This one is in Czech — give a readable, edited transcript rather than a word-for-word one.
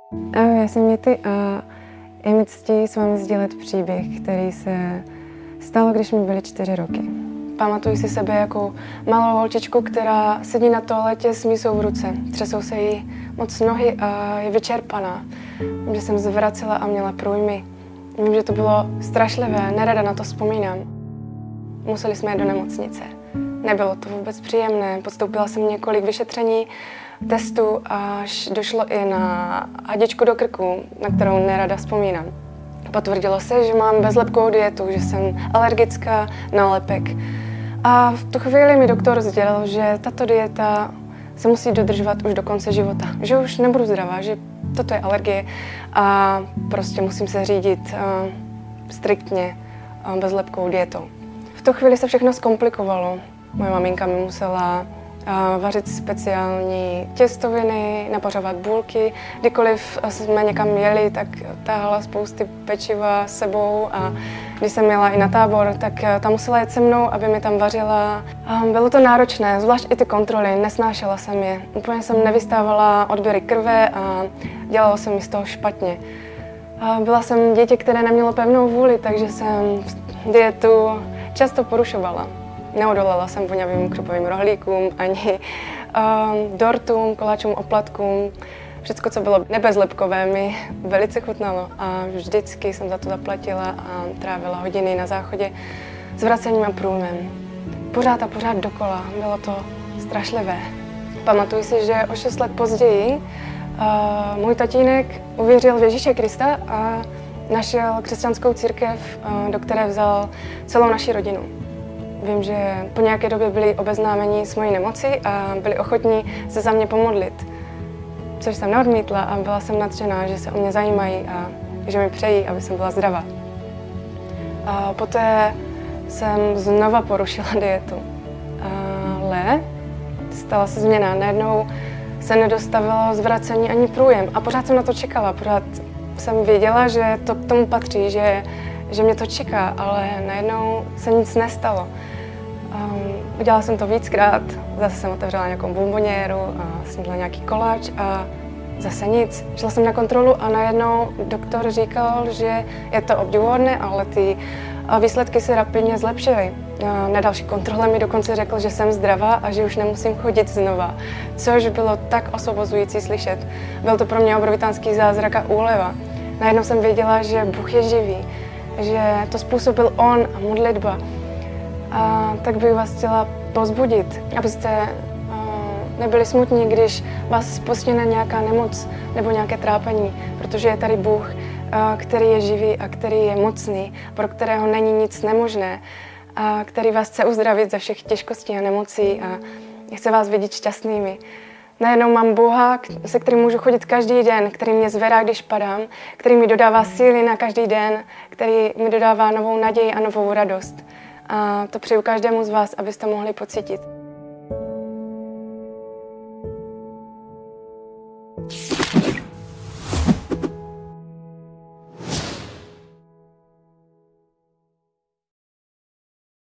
Ahoj, já jsem Jety a je mi ctí s vámi sdílet příběh, který se stal, když mi byly 4 roky. Pamatuju si sebe jako malou holčičku, která sedí na toaletě s mísou v ruce. Třesou se jí moc nohy a je vyčerpaná. Vím, že jsem zvracela a měla průjmy. Vím, že to bylo strašlivé, nerada na to vzpomínám. Museli jsme jít do nemocnice. Nebylo to vůbec příjemné, podstoupila jsem několik vyšetření, testů, až došlo i na hadičku do krku, na kterou nerada vzpomínám. Potvrdilo se, že mám bezlepkovou dietu, že jsem alergická na lepek. A v tu chvíli mi doktor sdělil, že tato dieta se musí dodržovat už do konce života. Že už nebudu zdravá, že toto je alergie a prostě musím se řídit striktně bezlepkovou dietou. V tu chvíli se všechno zkomplikovalo. Moje maminka mi musela vařit speciální těstoviny, napařovat bulky. Kdykoliv jsme někam jeli, tak táhala spousty pečiva s sebou a když jsem jela i na tábor, tak tam musela jet se mnou, aby mi tam vařila. Bylo to náročné, zvlášť i ty kontroly, nesnášela jsem je. Úplně jsem nevystávala odběry krve a dělalo se mi z toho špatně. Byla jsem dítě, které nemělo pevnou vůli, takže jsem dietu často porušovala. Neodolala jsem voňavým křupovým rohlíkům, ani dortům, koláčům, oplatkům. Všechno, co bylo nebezlepkové, mi velice chutnalo a vždycky jsem za to zaplatila a trávila hodiny na záchodě s vracením a průjmem. Pořád a pořád dokola, bylo to strašlivé. Pamatuju si, že o 6 let později můj tatínek uvěřil v Ježíše Krista a našel křesťanskou církev, do které vzal celou naši rodinu. Vím, že po nějaké době byli obeznámeni s mojí nemocí a byli ochotní se za mě pomodlit. Což jsem neodmítla a byla jsem nadšená, že se o mě zajímají a že mi přejí, aby jsem byla zdravá. A poté jsem znova porušila dietu. Ale stala se změna. Najednou se nedostavilo zvracení ani průjem a pořád jsem na to čekala. Pořád jsem věděla, že to k tomu patří, že mě to čeká, ale najednou se nic nestalo. Udělala jsem to víckrát, zase jsem otevřela nějakou bomboněru a snídla nějaký koláč a zase nic. Šla jsem na kontrolu a najednou doktor říkal, že je to obdivuhodné, ale ty výsledky se rapidně zlepšily. Na další kontrole mi dokonce řekl, že jsem zdravá a že už nemusím chodit znova, což bylo tak osvobozující slyšet. Byl to pro mě obrovitánský zázrak a úleva. Najednou jsem věděla, že Bůh je živý, že to způsobil On a modlitba. A tak bych vás chtěla povzbudit, abyste nebyli smutní, když vás postihne nějaká nemoc nebo nějaké trápení, protože je tady Bůh, který je živý a který je mocný, pro kterého není nic nemožné a který vás chce uzdravit ze všech těžkostí a nemocí a chce vás vidět šťastnými. Najednou mám Boha, se kterým můžu chodit každý den, který mě zvedá, když padám, který mi dodává síly na každý den, který mi dodává novou naději a novou radost. A to přeju každému z vás, abyste mohli pocítit.